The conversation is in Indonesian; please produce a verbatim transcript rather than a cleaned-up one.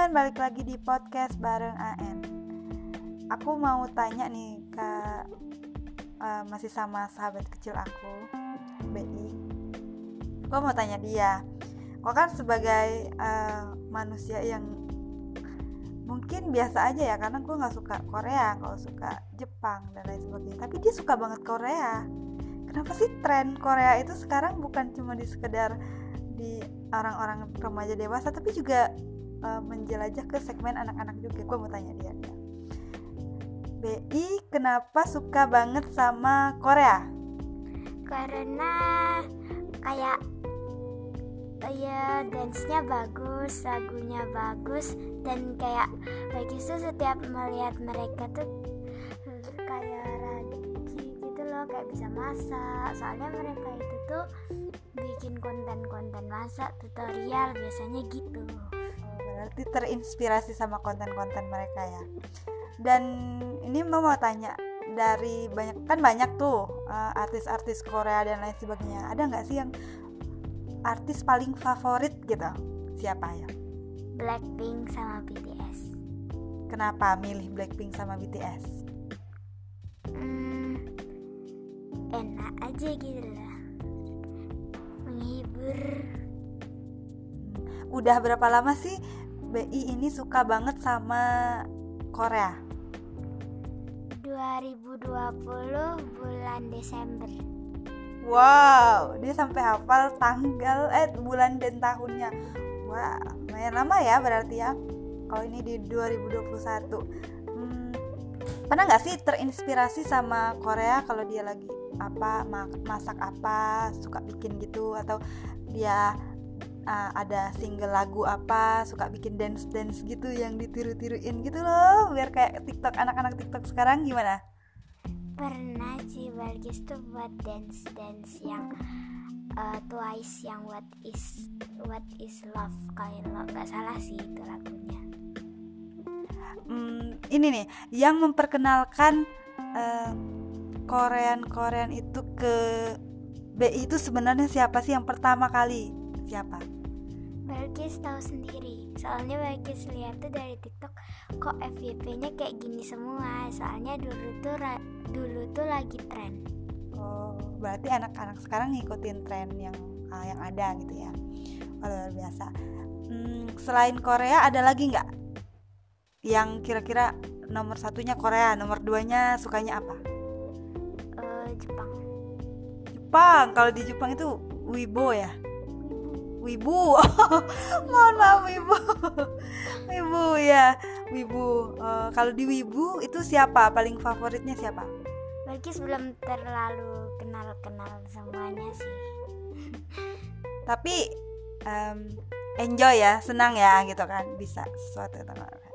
teman-teman, balik lagi di podcast bareng A N. Aku mau tanya nih ke uh, masih sama sahabat kecil aku, B I. Gue mau tanya dia, kok kan sebagai uh, manusia yang mungkin biasa aja ya, karena gue nggak suka Korea, kalau suka Jepang dan lain sebagainya. Tapi dia suka banget Korea. Kenapa sih tren Korea itu sekarang bukan cuma di sekedar di orang-orang remaja dewasa, tapi juga uh, menjelajah ke segmen anak-anak juga. Gue mau tanya dia, B I kenapa suka banget sama Korea? Karena kayak ya dance-nya bagus, lagunya bagus, dan kayak bagi itu setiap melihat mereka tuh kayak rajin gitu loh, kayak bisa masak. Soalnya mereka itu tuh bikin konten-konten masak, tutorial biasanya gitu. Oh, berarti terinspirasi sama konten-konten mereka ya. Dan ini mau mau tanya, dari banyak kan banyak tuh uh, artis-artis Korea dan lain sebagainya. Ada nggak sih yang artis paling favorit gitu? Siapa ya? Blackpink sama B T S. Kenapa milih Blackpink sama B T S? Hmm, enak aja gitu lah, menghibur. Udah berapa lama sih B I ini suka banget sama Korea? dua ribu dua puluh bulan Desember. Wow, dia sampai hafal tanggal, eh bulan dan tahunnya. Wah, lumayan lama ya berarti ya. Kalau ini di dua ribu dua puluh satu. Hmm, pernah nggak sih terinspirasi sama Korea kalau dia lagi apa masak apa, suka bikin gitu, atau dia uh, ada single lagu apa, suka bikin dance dance gitu yang ditiru-tiruin gitu loh, biar kayak TikTok anak-anak TikTok sekarang gimana? Pernah sih Balkis tuh buat dance-dance yang uh, Twice yang What is What is Love, kalau nggak salah sih itu lagunya. Hmm, ini nih yang memperkenalkan uh, Korean-Korean itu ke B I itu sebenarnya siapa sih yang pertama kali? Siapa? Balkis tahu sendiri, soalnya Balkis lihat tuh dari TikTok, kok F Y P-nya kayak gini semua. Soalnya dulu tuh ra- dulu tuh lagi tren. Oh, berarti anak-anak sekarang ngikutin tren yang uh, yang ada gitu ya. Oh, luar biasa. Hmm, selain Korea ada lagi nggak yang kira-kira nomor satunya Korea, nomor duanya sukanya apa? Uh, Jepang. Jepang. Kalau di Jepang itu Wibo ya. Wibu, mohon maaf Wibu, Wibu ya, Wibu. Uh, kalau di Wibu itu siapa? Paling favoritnya siapa? Balkis belum terlalu kenal-kenal semuanya sih. Tapi um, enjoy ya, senang ya gitu kan, bisa sesuatu.